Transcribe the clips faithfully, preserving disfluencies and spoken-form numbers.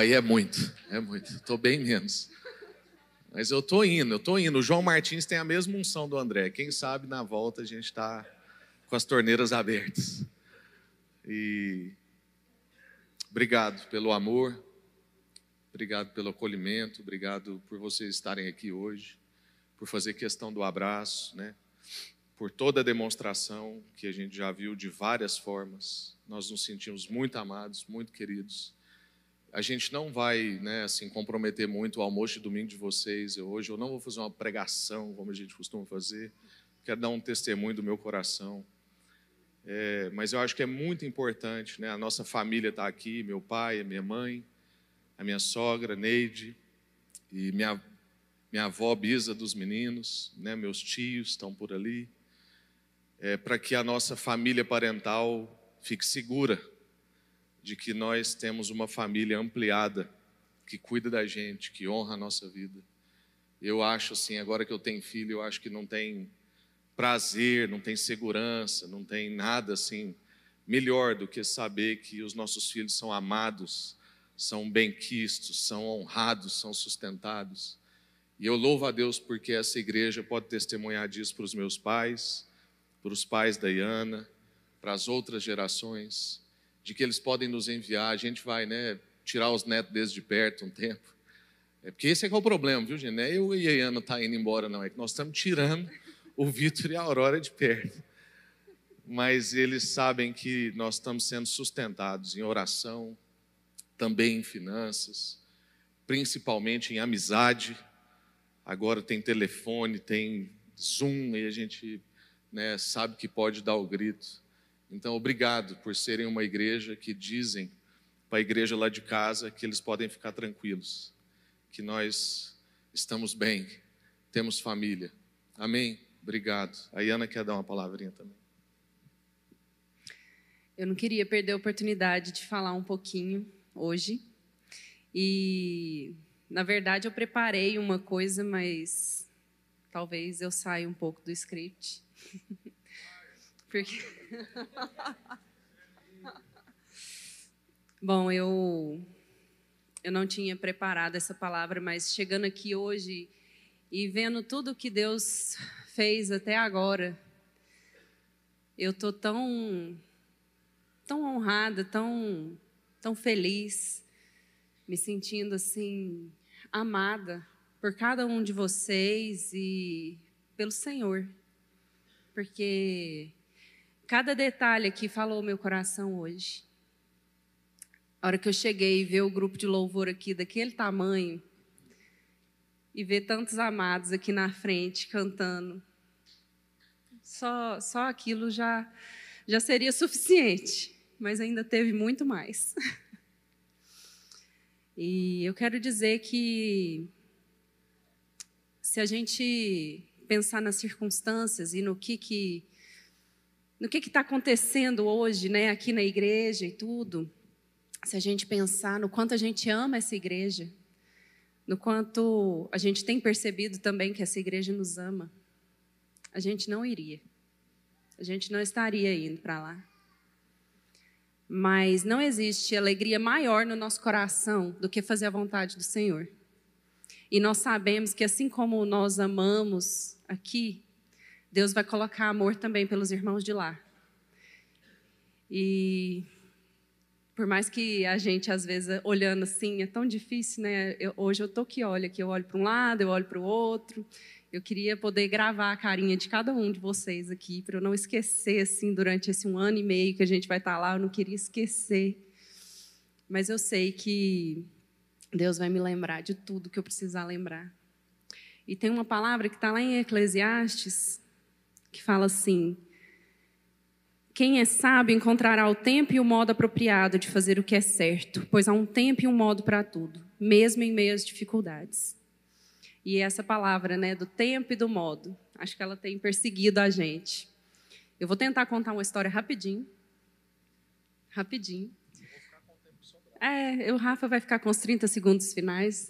aí é muito, é muito. Estou bem menos. Mas eu estou indo, eu estou indo. O João Martins tem a mesma unção do André. Quem sabe na volta a gente está com as torneiras abertas. E obrigado pelo amor, obrigado pelo acolhimento, obrigado por vocês estarem aqui hoje, por fazer questão do abraço, né? Por toda a demonstração que a gente já viu de várias formas. Nós nos sentimos muito amados, muito queridos. A gente não vai, né, assim, comprometer muito o almoço de domingo de vocês. Eu, hoje eu não vou fazer uma pregação, como a gente costuma fazer. Quero dar um testemunho do meu coração. É, mas eu acho que é muito importante, né? A nossa família está aqui, meu pai, a minha mãe, a minha sogra, Neide, e minha, minha avó, Bisa dos meninos, né? Meus tios estão por ali. É, para que a nossa família parental fique segura de que nós temos uma família ampliada, que cuida da gente, que honra a nossa vida. Eu acho assim, agora que eu tenho filho, eu acho que não tem prazer, não tem segurança, não tem nada assim melhor do que saber que os nossos filhos são amados, são benquistos, são honrados, são sustentados. E eu louvo a Deus porque essa igreja pode testemunhar disso para os meus pais, para os pais da Iana, para as outras gerações, de que eles podem nos enviar. A gente vai, né, tirar os netos deles de perto um tempo. É porque esse é que é o problema, viu, gente? Não é eu e a Iana tá indo embora, não. É que nós estamos tirando o Vitor e a Aurora de perto. Mas eles sabem que nós estamos sendo sustentados em oração, também em finanças, principalmente em amizade. Agora tem telefone, tem Zoom, e a gente, né, sabe que pode dar o grito. Então, obrigado por serem uma igreja que dizem para a igreja lá de casa que eles podem ficar tranquilos, que nós estamos bem, temos família. Amém? Obrigado. A Iana quer dar uma palavrinha também. Eu não queria perder a oportunidade de falar um pouquinho hoje. E, na verdade, eu preparei uma coisa, mas talvez eu saia um pouco do script. Porque... Bom, eu, eu não tinha preparado essa palavra, mas chegando aqui hoje e vendo tudo que Deus fez até agora, eu estou tão, tão honrada, tão, tão feliz, me sentindo assim, amada por cada um de vocês e pelo Senhor, porque cada detalhe aqui falou o meu coração hoje. A hora que eu cheguei e ver o grupo de louvor aqui daquele tamanho e ver tantos amados aqui na frente cantando, só, só aquilo já, já seria suficiente, mas ainda teve muito mais. E eu quero dizer que se a gente pensar nas circunstâncias e no que que no que está acontecendo hoje, né, aqui na igreja e tudo, se a gente pensar no quanto a gente ama essa igreja, no quanto a gente tem percebido também que essa igreja nos ama, a gente não iria. A gente não estaria indo para lá. Mas não existe alegria maior no nosso coração do que fazer a vontade do Senhor. E nós sabemos que assim como nós amamos aqui, Deus vai colocar amor também pelos irmãos de lá. E por mais que a gente, às vezes, olhando assim, é tão difícil, né? Eu, hoje eu tô que olho aqui, eu olho para um lado, eu olho para o outro. Eu queria poder gravar a carinha de cada um de vocês aqui, para eu não esquecer, assim, durante esse um ano e meio que a gente vai estar lá, eu não queria esquecer. Mas eu sei que Deus vai me lembrar de tudo que eu precisar lembrar. E tem uma palavra que está lá em Eclesiastes, que fala assim: quem é sábio encontrará o tempo e o modo apropriado de fazer o que é certo, pois há um tempo e um modo para tudo, mesmo em meio às dificuldades. E essa palavra, né, do tempo e do modo, acho que ela tem perseguido a gente. Eu vou tentar contar uma história rapidinho. Rapidinho. É, o Rafa vai ficar com os trinta segundos finais.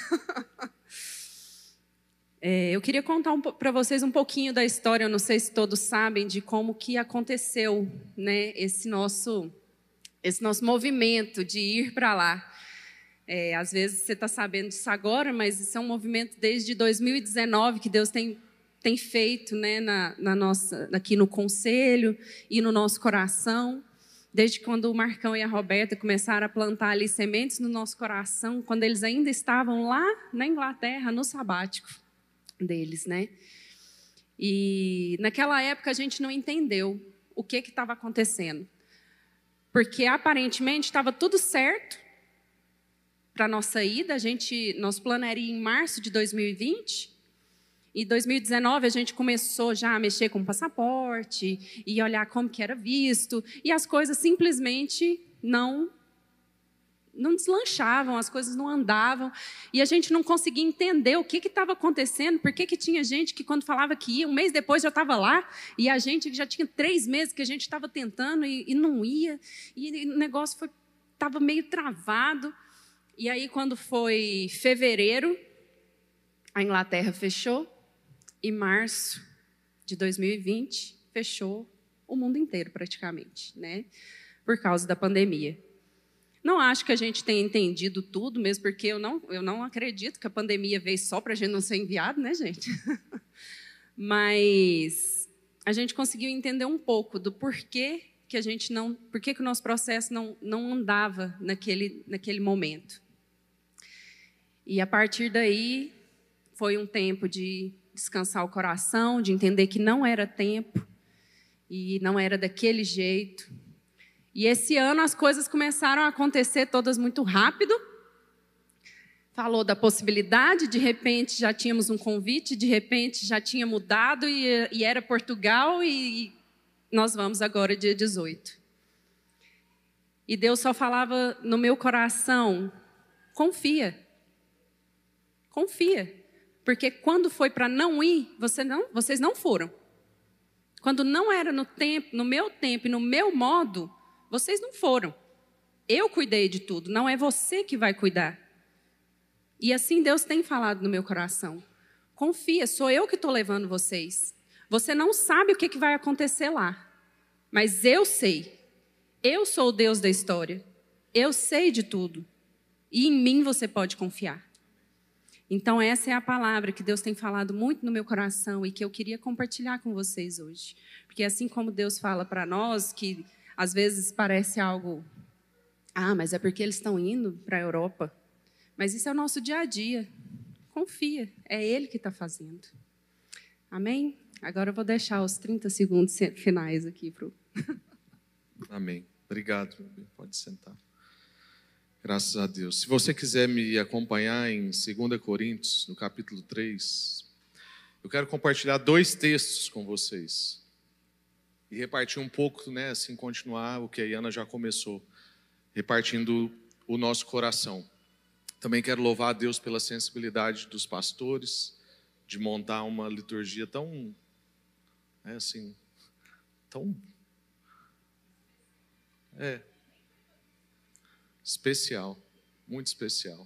É, eu queria contar um, para vocês um pouquinho da história, eu não sei se todos sabem, de como que aconteceu, né, esse, nosso, esse nosso movimento de ir para lá. É, às vezes você está sabendo disso agora, mas isso é um movimento desde dois mil e dezenove que Deus tem, tem feito, né, na, na nossa, aqui no conselho e no nosso coração. Desde quando o Marcão e a Roberta começaram a plantar ali sementes no nosso coração, quando eles ainda estavam lá na Inglaterra, no sabático deles, né? E naquela época a gente não entendeu o que estava acontecendo. Porque aparentemente estava tudo certo para a nossa ida. A gente, nosso plano era ir em março de dois mil e vinte. Em dois mil e dezenove, a gente começou já a mexer com o passaporte e olhar como que era visto. E as coisas simplesmente não, não deslanchavam, as coisas não andavam. E a gente não conseguia entender o que estava acontecendo, por que tinha gente que, quando falava que ia, um mês depois já estava lá. E a gente que já tinha três meses que a gente estava tentando e, e não ia. E o negócio estava meio travado. E aí, quando foi fevereiro, a Inglaterra fechou. Em março de dois mil e vinte, fechou o mundo inteiro praticamente, né? Por causa da pandemia. Não acho que a gente tenha entendido tudo, mesmo porque eu não, eu não acredito que a pandemia veio só para a gente não ser enviado, né, gente? Mas a gente conseguiu entender um pouco do porquê que a gente não, porquê que o nosso processo não, não andava naquele, naquele momento. E a partir daí foi um tempo de descansar o coração, de entender que não era tempo e não era daquele jeito. E esse ano as coisas começaram a acontecer todas muito rápido. Falou da possibilidade, de repente já tínhamos um convite, de repente já tinha mudado e, e era Portugal e nós vamos agora dia dezoito. E Deus só falava no meu coração, confia, confia. Porque quando foi para não ir, você não, vocês não foram. Quando não era no tempo, no meu tempo e no meu modo, vocês não foram. Eu cuidei de tudo, não é você que vai cuidar. E assim Deus tem falado no meu coração. Confia, sou eu que estou levando vocês. Você não sabe o que, que vai acontecer lá. Mas eu sei. Eu sou o Deus da história. Eu sei de tudo. E em mim você pode confiar. Então, essa é a palavra que Deus tem falado muito no meu coração e que eu queria compartilhar com vocês hoje. Porque assim como Deus fala para nós, que às vezes parece algo... Ah, mas é porque eles estão indo para a Europa. Mas isso é o nosso dia a dia. Confia, é Ele que está fazendo. Amém? Agora eu vou deixar os trinta segundos finais aqui para o... Amém. Obrigado. Pode sentar. Graças a Deus. Se você quiser me acompanhar em segunda Coríntios, no capítulo três, eu quero compartilhar dois textos com vocês. E repartir um pouco, né, assim, continuar o que a Iana já começou, repartindo o nosso coração. Também quero louvar a Deus pela sensibilidade dos pastores, de montar uma liturgia tão, é assim, tão, é, especial, muito especial.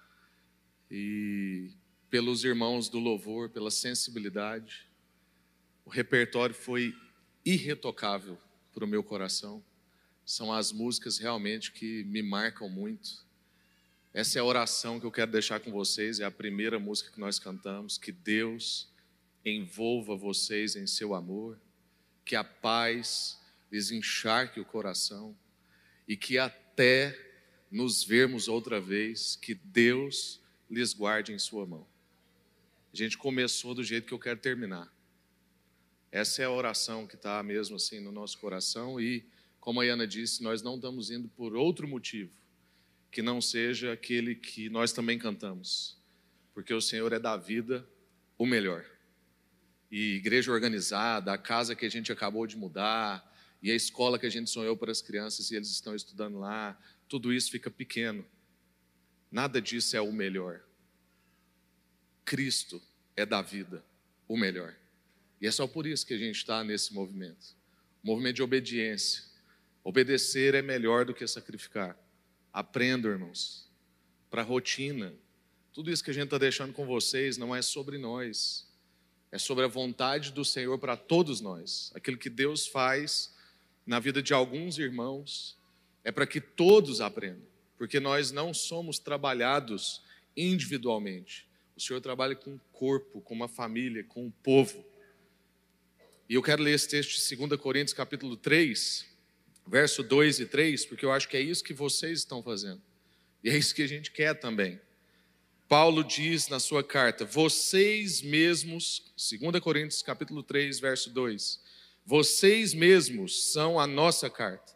E pelos irmãos do louvor, pela sensibilidade, o repertório foi irretocável para o meu coração. São as músicas realmente que me marcam muito. Essa é a oração que eu quero deixar com vocês, é a primeira música que nós cantamos, que Deus envolva vocês em seu amor, que a paz lhes encharque o coração e que até nos vermos outra vez, que Deus lhes guarde em sua mão. A gente começou do jeito que eu quero terminar. Essa é a oração que está mesmo assim no nosso coração e, como a Iana disse, nós não estamos indo por outro motivo, que não seja aquele que nós também cantamos, porque o Senhor é da vida o melhor. E igreja organizada, a casa que a gente acabou de mudar, e a escola que a gente sonhou para as crianças e eles estão estudando lá, tudo isso fica pequeno. Nada disso é o melhor. Cristo é da vida o melhor. E é só por isso que a gente está nesse movimento. Movimento de obediência. Obedecer é melhor do que sacrificar. Aprendam, irmãos, para a rotina. Tudo isso que a gente está deixando com vocês não é sobre nós. É sobre a vontade do Senhor para todos nós. Aquilo que Deus faz na vida de alguns irmãos é para que todos aprendam. porque nós não somos trabalhados individualmente. O Senhor trabalha com o corpo, com uma família, com o povo. E eu quero ler esse texto de segunda Coríntios, capítulo três, verso dois e três, porque eu acho que é isso que vocês estão fazendo. E é isso que a gente quer também. Paulo diz na sua carta, vocês mesmos, segunda Coríntios, capítulo três, verso dois, vocês mesmos são a nossa carta.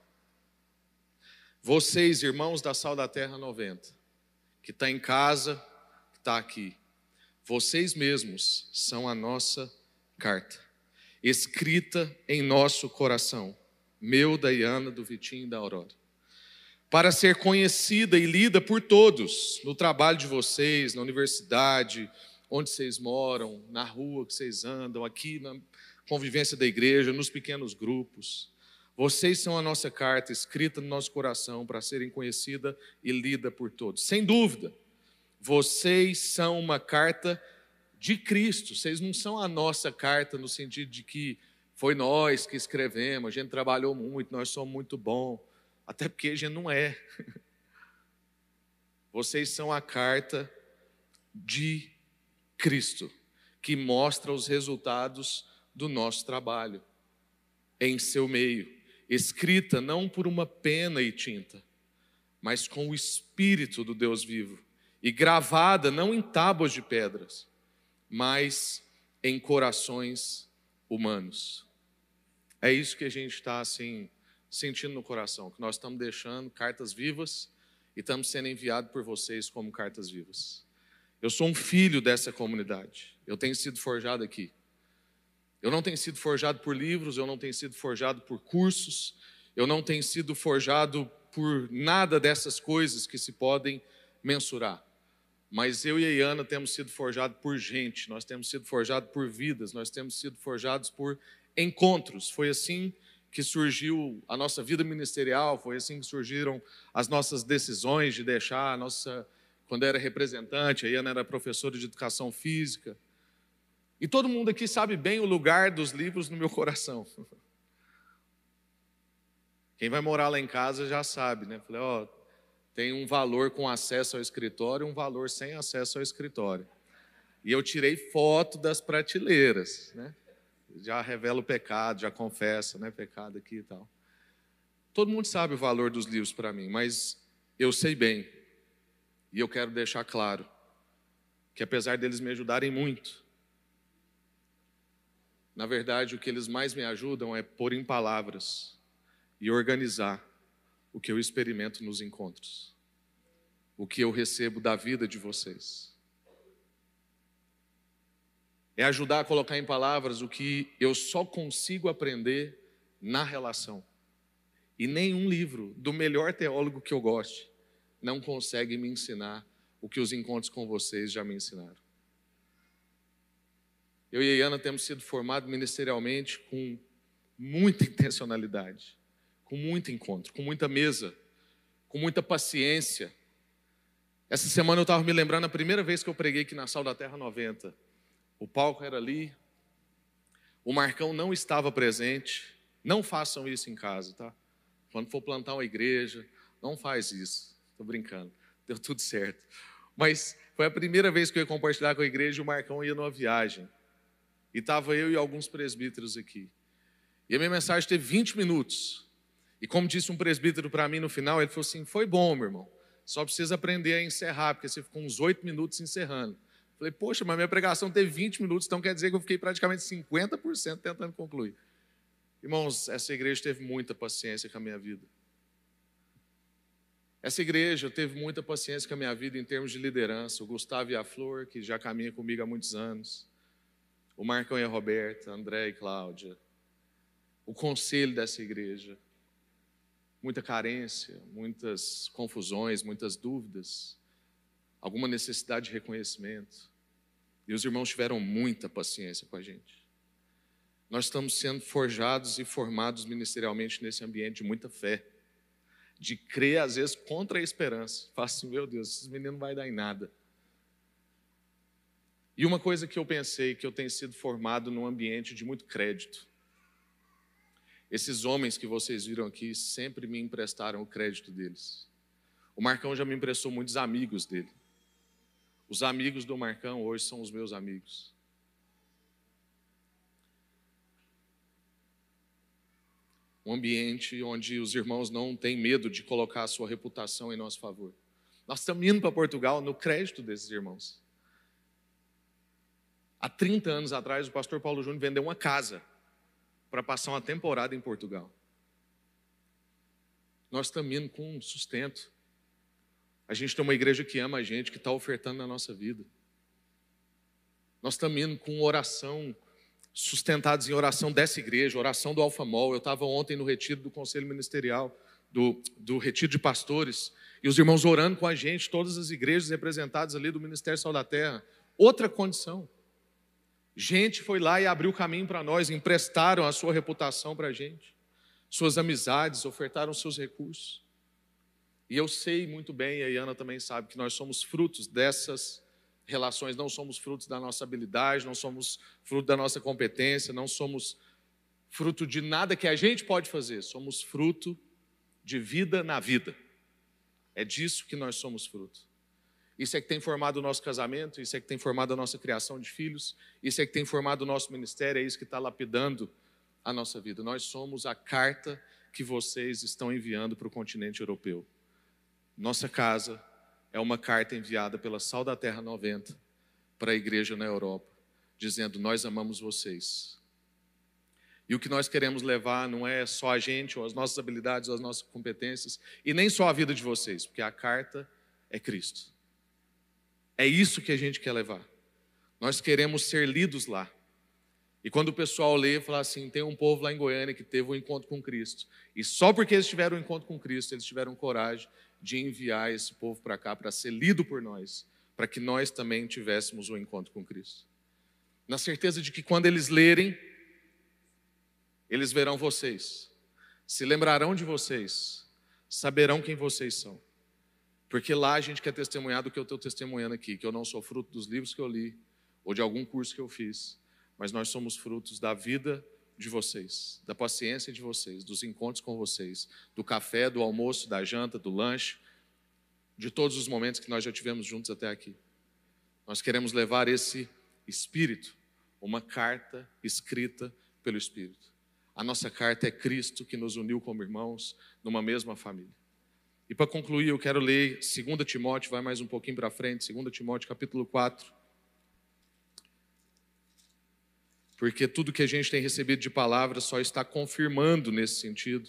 Vocês, irmãos da Sal da Terra noventa, que está em casa, que está aqui, vocês mesmos são a nossa carta, escrita em nosso coração, meu, da Iana, do Vitinho e da Aurora, para ser conhecida e lida por todos, no trabalho de vocês, na universidade, onde vocês moram, na rua que vocês andam, aqui na convivência da igreja, nos pequenos grupos. Vocês são a nossa carta, escrita no nosso coração, para serem conhecida e lida por todos. Sem dúvida, vocês são uma carta de Cristo, vocês não são a nossa carta no sentido de que foi nós que escrevemos, a gente trabalhou muito, nós somos muito bons, até porque a gente não é. Vocês são a carta de Cristo, que mostra os resultados do nosso trabalho em seu meio, escrita não por uma pena e tinta, mas com o Espírito do Deus vivo, e gravada não em tábuas de pedras, mas em corações humanos. É isso que a gente está assim, sentindo no coração, que nós estamos deixando cartas vivas e estamos sendo enviados por vocês como cartas vivas. Eu sou um filho dessa comunidade, eu tenho sido forjado aqui. Eu não tenho sido forjado por livros, eu não tenho sido forjado por cursos, eu não tenho sido forjado por nada dessas coisas que se podem mensurar. Mas eu e a Iana temos sido forjados por gente, nós temos sido forjados por vidas, nós temos sido forjados por encontros. Foi assim que surgiu a nossa vida ministerial, foi assim que surgiram as nossas decisões de deixar a nossa... Quando era representante, a Iana era professora de educação física. E todo mundo aqui sabe bem o lugar dos livros no meu coração. Quem vai morar lá em casa já sabe, né? Falei, ó, tem um valor com acesso ao escritório e um valor sem acesso ao escritório. E eu tirei foto das prateleiras, né? Já revela o pecado, já confessa, né? Pecado aqui e tal. Todo mundo sabe o valor dos livros para mim, mas eu sei bem. E eu quero deixar claro que apesar deles me ajudarem muito, na verdade, o que eles mais me ajudam é pôr em palavras e organizar o que eu experimento nos encontros, o que eu recebo da vida de vocês. É ajudar a colocar em palavras o que eu só consigo aprender na relação. E nenhum livro, do melhor teólogo que eu goste, não consegue me ensinar o que os encontros com vocês já me ensinaram. Eu e a Iana temos sido formados ministerialmente com muita intencionalidade, com muito encontro, com muita mesa, com muita paciência. Essa semana eu estava me lembrando a primeira vez que eu preguei aqui na Sal da Terra noventa. O palco era ali, o Marcão não estava presente. Não façam isso em casa, tá? Quando for plantar uma igreja, não faz isso. Estou brincando, deu tudo certo. Mas foi a primeira vez que eu ia compartilhar com a igreja e o Marcão ia numa viagem. E estava eu e alguns presbíteros aqui. E a minha mensagem teve vinte minutos. E como disse um presbítero para mim no final, ele falou assim, foi bom, meu irmão, só precisa aprender a encerrar, porque você ficou uns oito minutos encerrando. Falei, poxa, mas minha pregação teve vinte minutos, então quer dizer que eu fiquei praticamente cinquenta por cento tentando concluir. Irmãos, essa igreja teve muita paciência com a minha vida. Essa igreja teve muita paciência com a minha vida em termos de liderança. O Gustavo e a Flor, que já caminha comigo há muitos anos. O Marcão e a Roberta, André e Cláudia. O conselho dessa igreja. Muita carência, muitas confusões, muitas dúvidas. Alguma necessidade de reconhecimento. E os irmãos tiveram muita paciência com a gente. Nós estamos sendo forjados e formados ministerialmente nesse ambiente de muita fé. De crer, às vezes, contra a esperança. Fala assim, meu Deus, esses meninos não vai dar em nada. E uma coisa que eu pensei, que eu tenho sido formado num ambiente de muito crédito. Esses homens que vocês viram aqui sempre me emprestaram o crédito deles. O Marcão já me emprestou muitos amigos dele. Os amigos do Marcão hoje são os meus amigos. Um ambiente onde os irmãos não têm medo de colocar a sua reputação em nosso favor. Nós estamos indo para Portugal no crédito desses irmãos. Há trinta anos atrás, o pastor Paulo Júnior vendeu uma casa para passar uma temporada em Portugal. Nós estamos indo com sustento. A gente tem uma igreja que ama a gente, que está ofertando na nossa vida. Nós estamos indo com oração, sustentados em oração dessa igreja, oração do Alfamol. Eu estava ontem no retiro do Conselho Ministerial, do, do retiro de pastores, e os irmãos orando com a gente, todas as igrejas representadas ali do Ministério Sal da Terra. Outra condição. Gente foi lá e abriu caminho para nós, emprestaram a sua reputação para a gente, suas amizades, ofertaram seus recursos. E eu sei muito bem, e a Iana também sabe, que nós somos frutos dessas relações, não somos frutos da nossa habilidade, não somos fruto da nossa competência, não somos fruto de nada que a gente pode fazer, somos fruto de vida na vida. É disso que nós somos fruto. Isso é que tem formado o nosso casamento, isso é que tem formado a nossa criação de filhos, isso é que tem formado o nosso ministério, é isso que está lapidando a nossa vida. Nós somos a carta que vocês estão enviando para o continente europeu. Nossa casa é uma carta enviada pela Sal da Terra noventa para a igreja na Europa, dizendo: nós amamos vocês. E o que nós queremos levar não é só a gente, ou as nossas habilidades, ou as nossas competências, e nem só a vida de vocês, porque a carta é Cristo. É isso que a gente quer levar. Nós queremos ser lidos lá. E quando o pessoal lê, fala assim: tem um povo lá em Goiânia que teve um encontro com Cristo. E só porque eles tiveram um encontro com Cristo, eles tiveram coragem de enviar esse povo para cá, para ser lido por nós, para que nós também tivéssemos um encontro com Cristo. Na certeza de que quando eles lerem, eles verão vocês, se lembrarão de vocês, saberão quem vocês são. Porque lá a gente quer testemunhar do que eu estou testemunhando aqui, que eu não sou fruto dos livros que eu li, ou de algum curso que eu fiz, mas nós somos frutos da vida de vocês, da paciência de vocês, dos encontros com vocês, do café, do almoço, da janta, do lanche, de todos os momentos que nós já tivemos juntos até aqui. Nós queremos levar esse Espírito, uma carta escrita pelo Espírito. A nossa carta é Cristo, que nos uniu como irmãos numa mesma família. E para concluir, eu quero ler dois Timóteo, vai mais um pouquinho para frente, dois Timóteo capítulo quatro. Porque tudo que a gente tem recebido de palavra só está confirmando nesse sentido.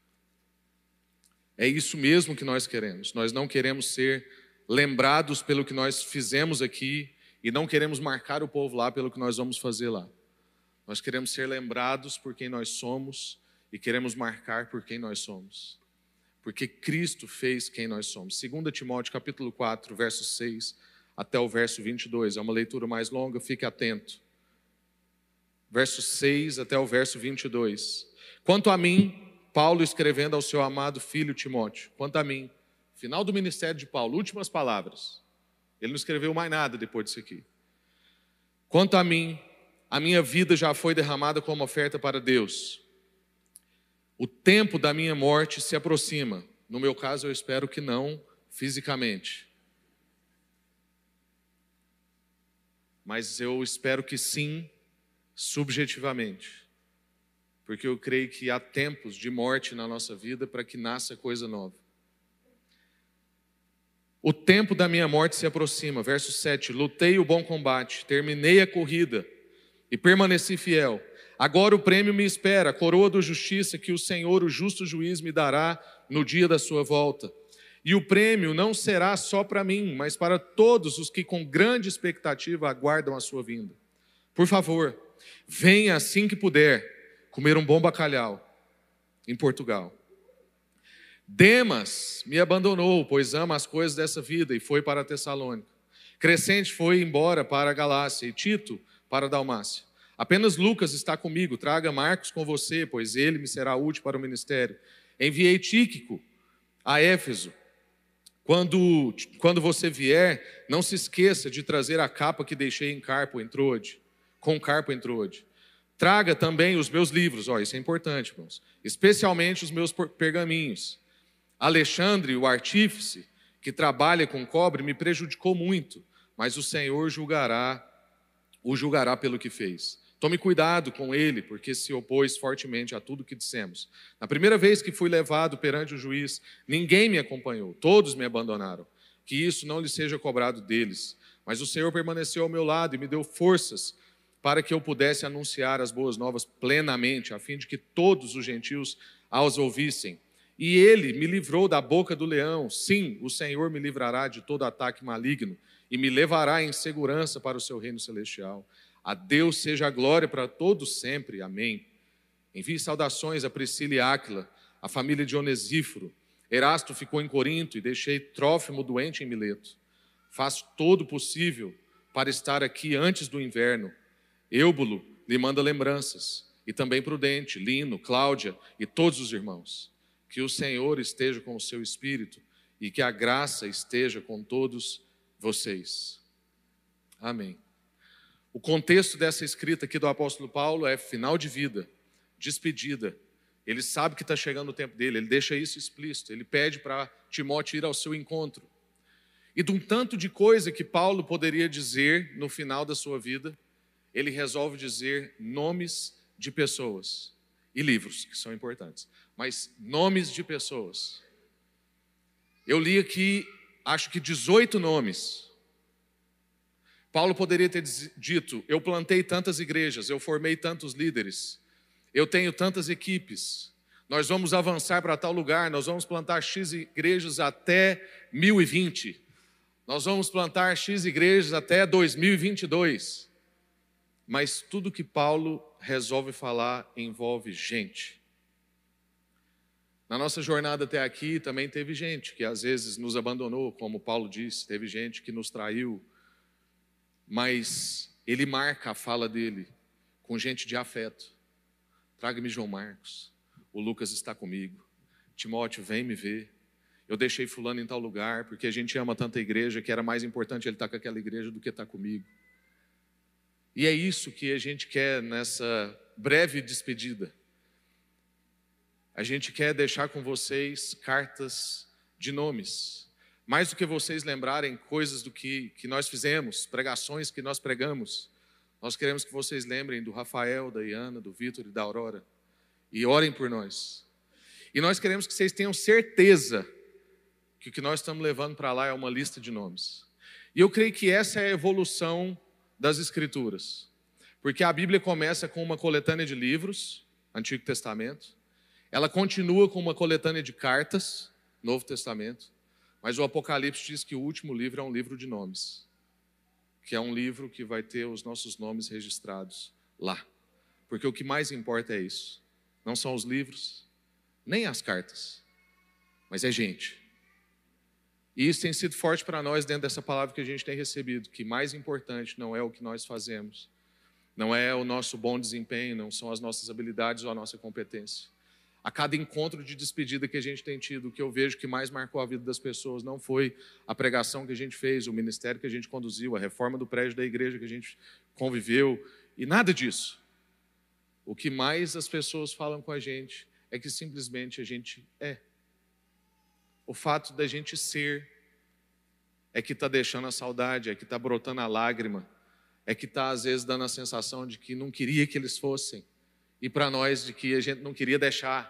É isso mesmo que nós queremos. Nós não queremos ser lembrados pelo que nós fizemos aqui e não queremos marcar o povo lá pelo que nós vamos fazer lá. Nós queremos ser lembrados por quem nós somos e queremos marcar por quem nós somos. Porque Cristo fez quem nós somos. dois Timóteo capítulo quatro, verso seis até o verso vinte e dois. É uma leitura mais longa, fique atento. Verso seis até o verso vinte e dois. Quanto a mim, Paulo escrevendo ao seu amado filho Timóteo, quanto a mim, final do ministério de Paulo, últimas palavras. Ele não escreveu mais nada depois disso aqui. Quanto a mim, a minha vida já foi derramada como oferta para Deus. O tempo da minha morte se aproxima. No meu caso, eu espero que não fisicamente. Mas eu espero que sim, subjetivamente, porque eu creio que há tempos de morte na nossa vida para que nasça coisa nova. O tempo da minha morte se aproxima, verso sete, lutei o bom combate, terminei a corrida e permaneci fiel. Agora o prêmio me espera, a coroa da justiça que o Senhor, o justo juiz, me dará no dia da sua volta. E o prêmio não será só para mim, mas para todos os que com grande expectativa aguardam a sua vinda. Por favor, venha assim que puder comer um bom bacalhau em Portugal. Demas me abandonou, pois ama as coisas dessa vida e foi para Tessalônica. Crescente foi embora para a Galácia e Tito para a Dalmácia. Apenas Lucas está comigo, traga Marcos com você, pois ele me será útil para o ministério. Enviei Tíquico a Éfeso. Quando, quando você vier, não se esqueça de trazer a capa que deixei em Carpo em Troade, com Carpo em Troade. Traga também os meus livros, ó, isso é importante, irmãos, especialmente os meus pergaminhos. Alexandre, o artífice, que trabalha com cobre me prejudicou muito, mas o Senhor julgará, o julgará pelo que fez. Tome cuidado com ele, porque se opôs fortemente a tudo que dissemos. Na primeira vez que fui levado perante o juiz, ninguém me acompanhou, todos me abandonaram. Que isso não lhe seja cobrado deles. Mas o Senhor permaneceu ao meu lado e me deu forças para que eu pudesse anunciar as boas novas plenamente, a fim de que todos os gentios as ouvissem. E ele me livrou da boca do leão. Sim, o Senhor me livrará de todo ataque maligno e me levará em segurança para o seu reino celestial. A Deus seja a glória para todos sempre. Amém. Envie saudações a Priscila e Áquila, a família de Onesíforo. Erasto ficou em Corinto e deixei Trófimo doente em Mileto. Faço todo o possível para estar aqui antes do inverno. Eubulo lhe manda lembranças, e também Prudente, Lino, Cláudia e todos os irmãos. Que o Senhor esteja com o seu espírito e que a graça esteja com todos vocês. Amém. O contexto dessa escrita aqui do apóstolo Paulo é final de vida, despedida. Ele sabe que está chegando o tempo dele, ele deixa isso explícito, ele pede para Timóteo ir ao seu encontro. E de um tanto de coisa que Paulo poderia dizer no final da sua vida, ele resolve dizer nomes de pessoas e livros, que são importantes, mas nomes de pessoas. Eu li aqui, acho que dezoito nomes. Paulo poderia ter dito, eu plantei tantas igrejas, eu formei tantos líderes, eu tenho tantas equipes, nós vamos avançar para tal lugar, nós vamos plantar X igrejas até mil e vinte, nós vamos plantar X igrejas até dois mil e vinte e dois. Mas tudo que Paulo resolve falar envolve gente. Na nossa jornada até aqui também teve gente que às vezes nos abandonou, como Paulo disse, teve gente que nos traiu, mas ele marca a fala dele com gente de afeto. Traga-me João Marcos, o Lucas está comigo, Timóteo, vem me ver. Eu deixei fulano em tal lugar, porque a gente ama tanta igreja que era mais importante ele estar com aquela igreja do que estar comigo. E é isso que a gente quer nessa breve despedida. A gente quer deixar com vocês cartas de nomes. Mais do que vocês lembrarem coisas do que, que nós fizemos, pregações que nós pregamos, nós queremos que vocês lembrem do Rafael, da Iana, do Vitor e da Aurora. E orem por nós. E nós queremos que vocês tenham certeza que o que nós estamos levando para lá é uma lista de nomes. E eu creio que essa é a evolução das Escrituras, porque a Bíblia começa com uma coletânea de livros, Antigo Testamento, ela continua com uma coletânea de cartas, Novo Testamento, mas o Apocalipse diz que o último livro é um livro de nomes, que é um livro que vai ter os nossos nomes registrados lá, porque o que mais importa é isso, não são os livros, nem as cartas, mas é gente. E isso tem sido forte para nós dentro dessa palavra que a gente tem recebido, que mais importante não é o que nós fazemos, não é o nosso bom desempenho, não são as nossas habilidades ou a nossa competência. A cada encontro de despedida que a gente tem tido, o que eu vejo que mais marcou a vida das pessoas não foi a pregação que a gente fez, o ministério que a gente conduziu, a reforma do prédio da igreja que a gente conviveu, e nada disso. O que mais as pessoas falam com a gente é que simplesmente a gente é. O fato da gente ser é que está deixando a saudade, é que está brotando a lágrima, é que está às vezes dando a sensação de que não queria que eles fossem, e para nós de que a gente não queria deixar.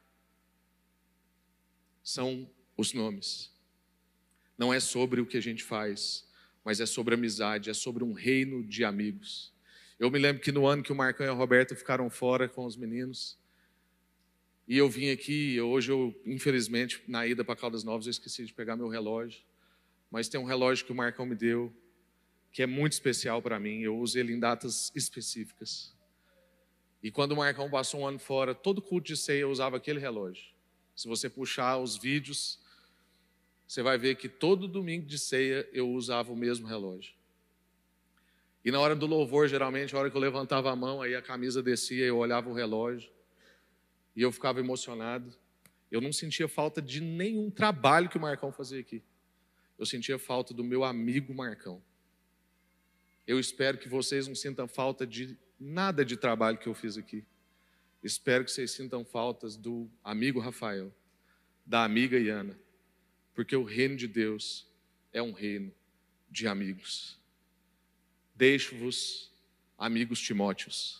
São os nomes. Não é sobre o que a gente faz, mas é sobre amizade, é sobre um reino de amigos. Eu me lembro que no ano que o Marcão e a Roberta ficaram fora com os meninos, e eu vim aqui, hoje eu, infelizmente, na ida para Caldas Novas, eu esqueci de pegar meu relógio, mas tem um relógio que o Marcão me deu, que é muito especial para mim, eu uso ele em datas específicas. E quando o Marcão passou um ano fora, todo culto de ceia eu usava aquele relógio. Se você puxar os vídeos, você vai ver que todo domingo de ceia eu usava o mesmo relógio. E na hora do louvor, geralmente, a hora que eu levantava a mão, aí a camisa descia, eu olhava o relógio, e eu ficava emocionado. Eu não sentia falta de nenhum trabalho que o Marcão fazia aqui. Eu sentia falta do meu amigo Marcão. Eu espero que vocês não sintam falta de nada de trabalho que eu fiz aqui. Espero que vocês sintam faltas do amigo Rafael, da amiga Iana, porque o reino de Deus é um reino de amigos. Deixo-vos, amigos Timóteos.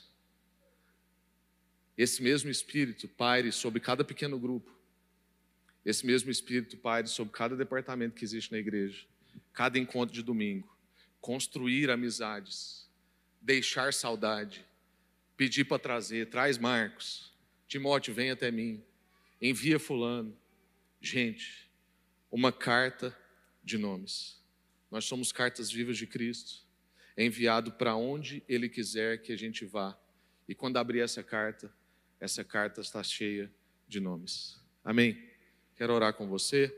Esse mesmo Espírito paire sobre cada pequeno grupo. Esse mesmo Espírito paire sobre cada departamento que existe na igreja. Cada encontro de domingo. Construir amizades. Deixar saudade. Pedir para trazer. Traz Marcos. Timóteo, vem até mim. Envia fulano. Gente, uma carta de nomes. Nós somos cartas vivas de Cristo. É enviado para onde Ele quiser que a gente vá. E quando abrir essa carta, essa carta está cheia de nomes. Amém? Quero orar com você.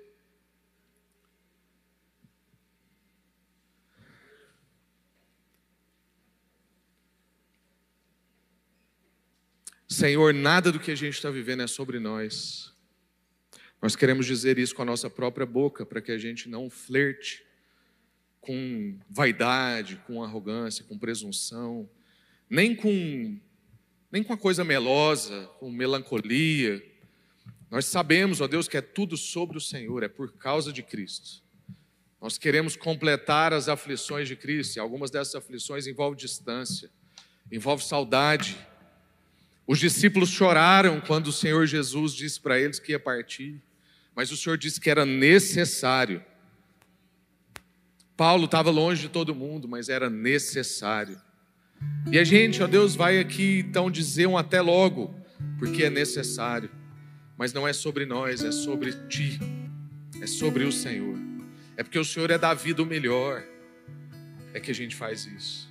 Senhor, nada do que a gente está vivendo é sobre nós. Nós queremos dizer isso com a nossa própria boca, para que a gente não flerte com vaidade, com arrogância, com presunção, nem com, nem com a coisa melosa, com melancolia. Nós sabemos, ó Deus, que é tudo sobre o Senhor, é por causa de Cristo. Nós queremos completar as aflições de Cristo, e algumas dessas aflições envolvem distância, envolvem saudade. Os discípulos choraram quando o Senhor Jesus disse para eles que ia partir, mas o Senhor disse que era necessário. Paulo estava longe de todo mundo, mas era necessário. E a gente, ó Deus, vai aqui então dizer um até logo, porque é necessário. Mas não é sobre nós, é sobre Ti, é sobre o Senhor. É porque o Senhor é da vida o melhor, é que a gente faz isso.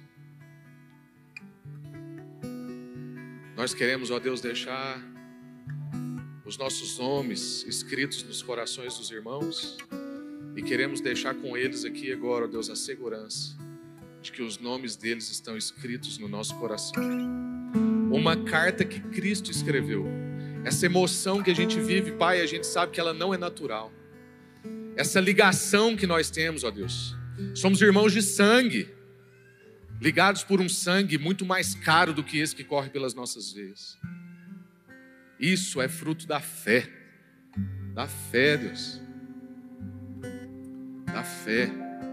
Nós queremos, ó Deus, deixar os nossos nomes escritos nos corações dos irmãos e queremos deixar com eles aqui agora, ó Deus, a segurança de que os nomes deles estão escritos no nosso coração. Uma carta que Cristo escreveu. Essa emoção que a gente vive, Pai, a gente sabe que ela não é natural. Essa ligação que nós temos, ó Deus. Somos irmãos de sangue, ligados por um sangue muito mais caro do que esse que corre pelas nossas veias. Isso é fruto da fé. Da fé, Deus. Da fé.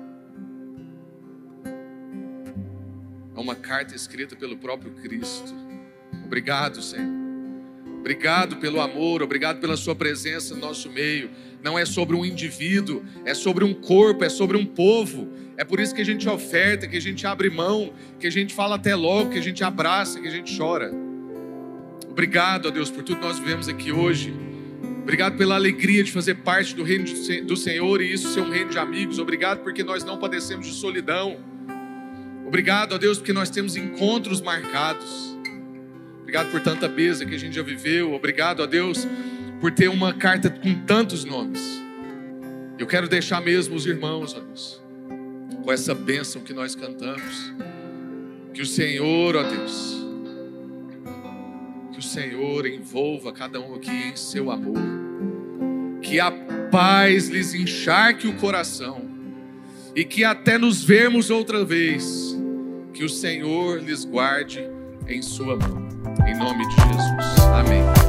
É uma carta escrita pelo próprio Cristo. Obrigado, Senhor. Obrigado pelo amor, obrigado pela sua presença no nosso meio. Não é sobre um indivíduo, é sobre um corpo, é sobre um povo. É por isso que a gente oferta, que a gente abre mão, que a gente fala até logo, que a gente abraça, que a gente chora. Obrigado, ó Deus, por tudo que nós vivemos aqui hoje. Obrigado pela alegria de fazer parte do reino do Senhor e isso ser um reino de amigos. Obrigado porque nós não padecemos de solidão. Obrigado, ó Deus, porque nós temos encontros marcados. Obrigado por tanta bênção que a gente já viveu. Obrigado, ó Deus, por ter uma carta com tantos nomes. Eu quero deixar mesmo os irmãos, ó Deus, com essa bênção que nós cantamos. Que o Senhor, ó Deus, que o Senhor envolva cada um aqui em seu amor. Que a paz lhes encharque o coração. E que até nos vermos outra vez, que o Senhor lhes guarde em sua mão. Em nome de Jesus. Amém.